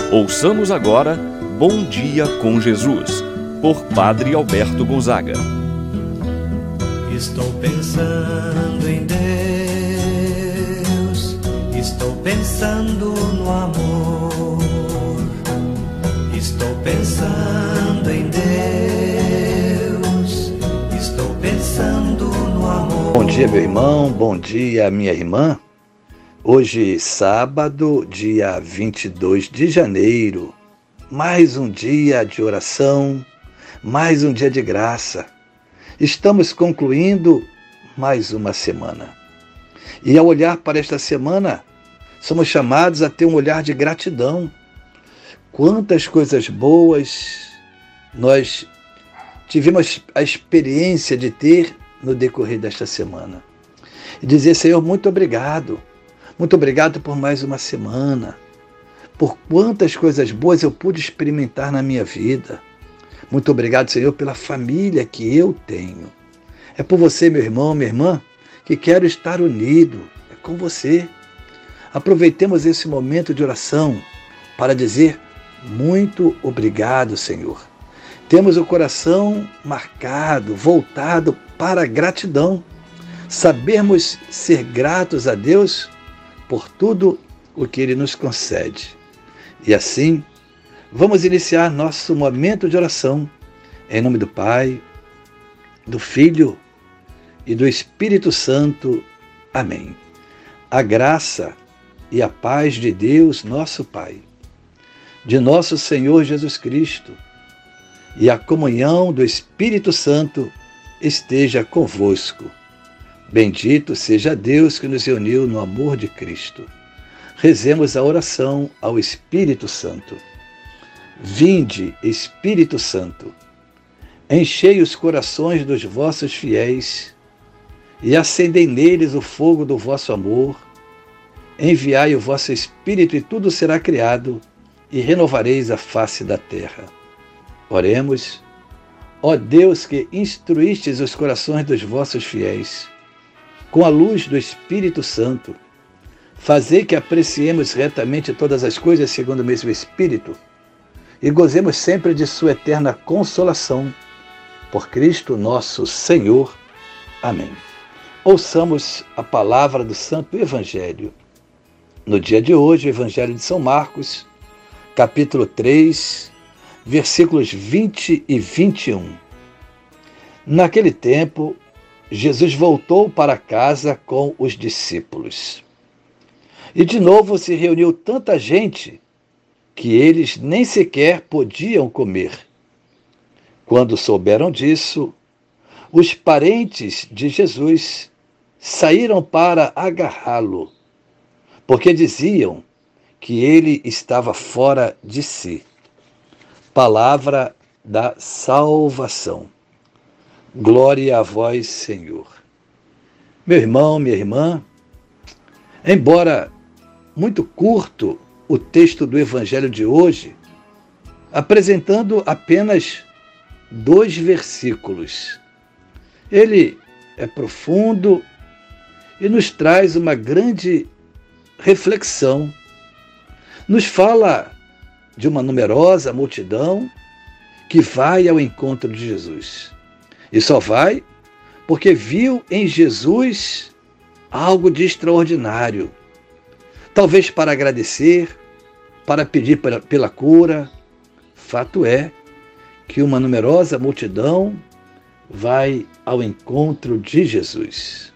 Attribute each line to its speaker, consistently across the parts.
Speaker 1: Ouçamos agora Bom Dia com Jesus, por Padre Alberto Gonzaga.
Speaker 2: Estou pensando em Deus, estou pensando no amor, estou pensando em Deus, estou pensando no amor.
Speaker 3: Bom dia, meu irmão, bom dia, minha irmã. Hoje, sábado, dia 22 de janeiro, mais um dia de oração, mais um dia de graça. Estamos concluindo mais uma semana. E ao olhar para esta semana, somos chamados a ter um olhar de gratidão. Quantas coisas boas nós tivemos a experiência de ter no decorrer desta semana. E dizer, Senhor, muito obrigado. Muito obrigado por mais uma semana, por quantas coisas boas eu pude experimentar na minha vida. Muito obrigado, Senhor, pela família que eu tenho. É por você, meu irmão, minha irmã, que quero estar unido. É com você. Aproveitemos esse momento de oração para dizer muito obrigado, Senhor. Temos o coração marcado, voltado para a gratidão. Sabermos ser gratos a Deus por tudo o que Ele nos concede. E assim, vamos iniciar nosso momento de oração, em nome do Pai, do Filho e do Espírito Santo. Amém. A graça e a paz de Deus, nosso Pai, de nosso Senhor Jesus Cristo, e a comunhão do Espírito Santo esteja convosco. Bendito seja Deus que nos reuniu no amor de Cristo. Rezemos a oração ao Espírito Santo. Vinde, Espírito Santo, enchei os corações dos vossos fiéis e acendei neles o fogo do vosso amor. Enviai o vosso Espírito e tudo será criado e renovareis a face da terra. Oremos. Ó Deus que instruístes os corações dos vossos fiéis, com a luz do Espírito Santo, fazei que apreciemos retamente todas as coisas segundo o mesmo Espírito e gozemos sempre de sua eterna consolação. Por Cristo nosso Senhor. Amém. Ouçamos a palavra do Santo Evangelho. No dia de hoje, o Evangelho de São Marcos, capítulo 3, versículos 20 e 21. Naquele tempo, Jesus voltou para casa com os discípulos. E de novo se reuniu tanta gente que eles nem sequer podiam comer. Quando souberam disso, os parentes de Jesus saíram para agarrá-lo, porque diziam que ele estava fora de si. Palavra da salvação. Glória a vós, Senhor. Meu irmão, minha irmã, embora muito curto o texto do Evangelho de hoje, apresentando apenas 2 versículos, ele é profundo e nos traz uma grande reflexão. Nos fala de uma numerosa multidão que vai ao encontro de Jesus. E só vai porque viu em Jesus algo de extraordinário. Talvez para agradecer, para pedir pela cura. Fato é que uma numerosa multidão vai ao encontro de Jesus.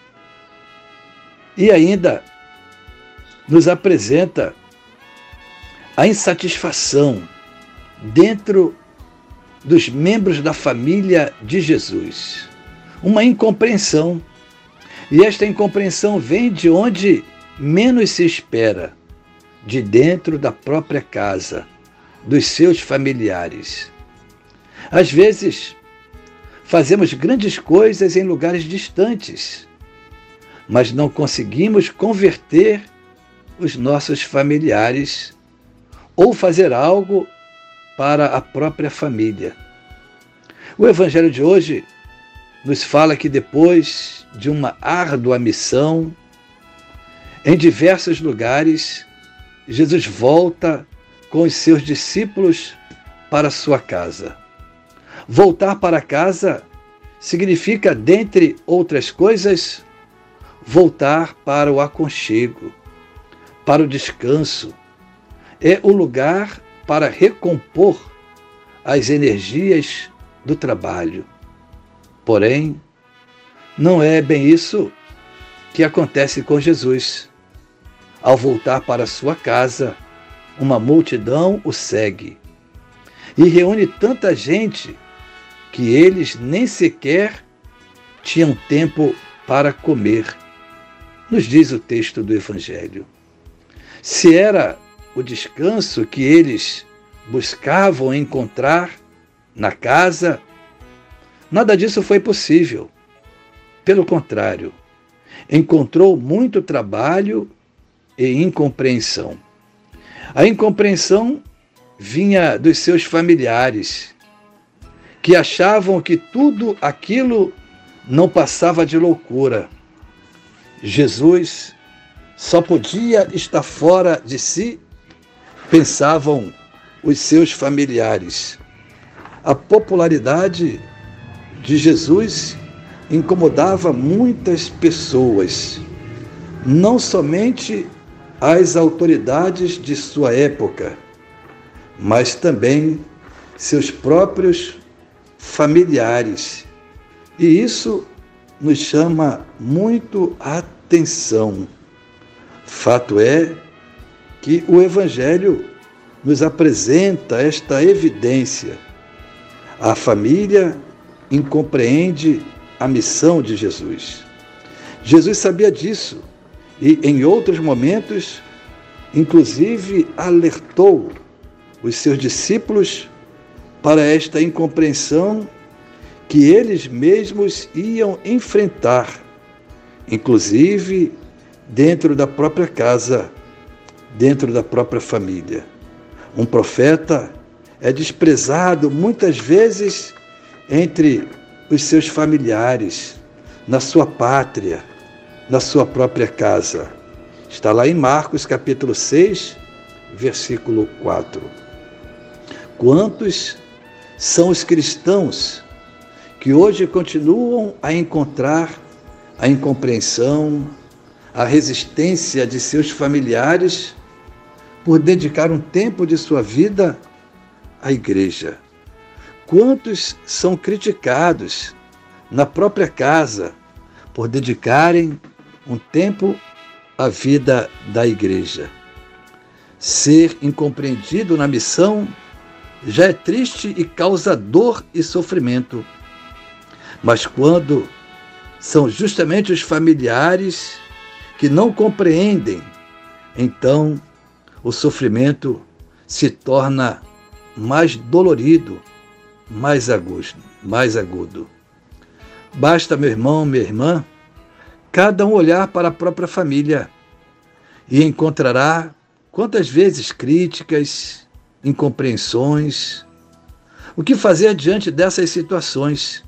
Speaker 3: E ainda nos apresenta a insatisfação dentro dos membros da família de Jesus. Uma incompreensão. E esta incompreensão vem de onde menos se espera, de dentro da própria casa, dos seus familiares. Às vezes, fazemos grandes coisas em lugares distantes, mas não conseguimos converter os nossos familiares ou fazer algo para a própria família. O Evangelho de hoje nos fala que depois de uma árdua missão, em diversos lugares, Jesus volta com os seus discípulos para sua casa. Voltar para casa significa, dentre outras coisas, voltar para o aconchego, para o descanso. É o lugar para recompor as energias do trabalho. Porém, não é bem isso que acontece com Jesus. Ao voltar para sua casa, uma multidão o segue e reúne tanta gente que eles nem sequer tinham tempo para comer, nos diz o texto do Evangelho. Se era o descanso que eles buscavam encontrar na casa, nada disso foi possível. Pelo contrário, encontrou muito trabalho e incompreensão. A incompreensão vinha dos seus familiares, que achavam que tudo aquilo não passava de loucura. Jesus só podia estar fora de si, pensavam os seus familiares. A popularidade de Jesus incomodava muitas pessoas, não somente as autoridades de sua época, mas também seus próprios familiares. E isso nos chama muito a atenção. Fato é que o Evangelho nos apresenta esta evidência. A família incompreende a missão de Jesus. Jesus sabia disso e, em outros momentos, inclusive alertou os seus discípulos para esta incompreensão que eles mesmos iam enfrentar, inclusive dentro da própria casa, dentro da própria família. Um profeta é desprezado muitas vezes entre os seus familiares, na sua pátria, na sua própria casa. Está lá em Marcos capítulo 6, versículo 4. Quantos são os cristãos que hoje continuam a encontrar a incompreensão, a resistência de seus familiares por dedicar um tempo de sua vida à igreja? Quantos são criticados na própria casa por dedicarem um tempo à vida da igreja? Ser incompreendido na missão já é triste e causa dor e sofrimento. Mas quando são justamente os familiares que não compreendem, então o sofrimento se torna mais dolorido, mais agudo. Basta, meu irmão, minha irmã, cada um olhar para a própria família e encontrará quantas vezes críticas, incompreensões. O que fazer diante dessas situações?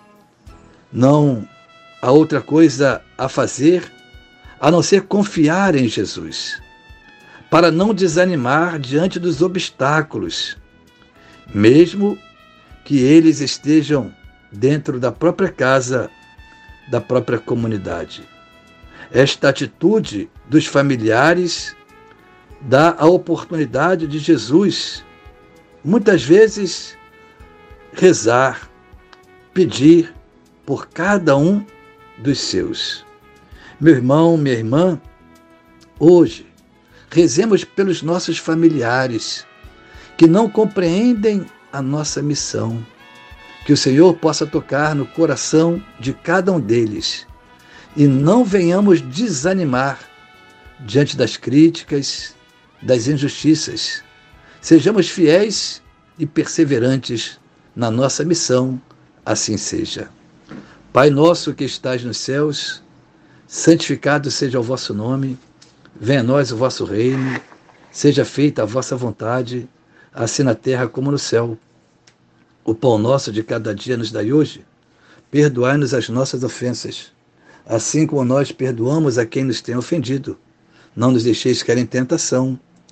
Speaker 3: Não há outra coisa a fazer a não ser confiar em Jesus, para não desanimar diante dos obstáculos, mesmo que eles estejam dentro da própria casa, da própria comunidade. Esta atitude dos familiares dá a oportunidade de Jesus, muitas vezes, rezar, pedir por cada um dos seus. Meu irmão, minha irmã, hoje, rezemos pelos nossos familiares que não compreendem a nossa missão. Que o Senhor possa tocar no coração de cada um deles e não venhamos desanimar diante das críticas, das injustiças. Sejamos fiéis e perseverantes na nossa missão, assim seja. Pai nosso que estais nos céus, santificado seja o vosso nome, venha a nós o vosso reino, seja feita a vossa vontade, assim na terra como no céu. O pão nosso de cada dia nos dai hoje, perdoai-nos as nossas ofensas, assim como nós perdoamos a quem nos tem ofendido. Não nos deixeis cair em tentação,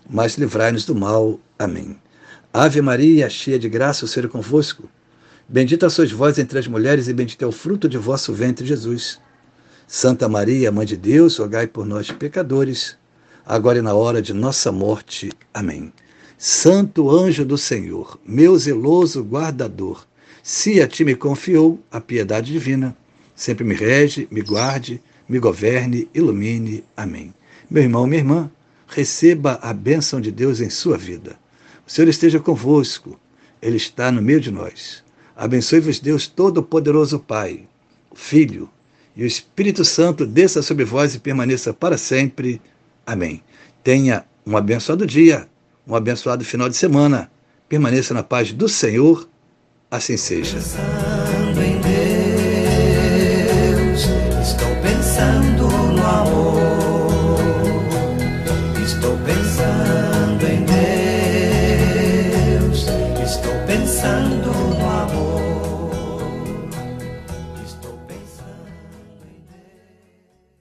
Speaker 3: mas livrai-nos do mal. Amém. Ave Maria, cheia de graça, o Senhor é convosco. Bendita sois vós entre as mulheres, e bendito é o fruto de vosso ventre, Jesus. Santa Maria, Mãe de Deus, rogai por nós, pecadores, agora e na hora de nossa morte. Amém. Santo anjo do Senhor, meu zeloso guardador, se a ti me confiou a piedade divina, sempre me rege, me guarde, me governe, ilumine. Amém. Meu irmão, minha irmã, receba a bênção de Deus em sua vida. O Senhor esteja convosco, Ele está no meio de nós. Abençoe-vos Deus Todo-Poderoso Pai, o Filho e o Espírito Santo, desça sobre vós e permaneça para sempre. Amém. Tenha um abençoado dia, um abençoado final de semana. Permaneça na paz do Senhor, assim seja.
Speaker 2: Pensando em Deus, estou pensando no amor. Estou pensando em Deus, estou pensando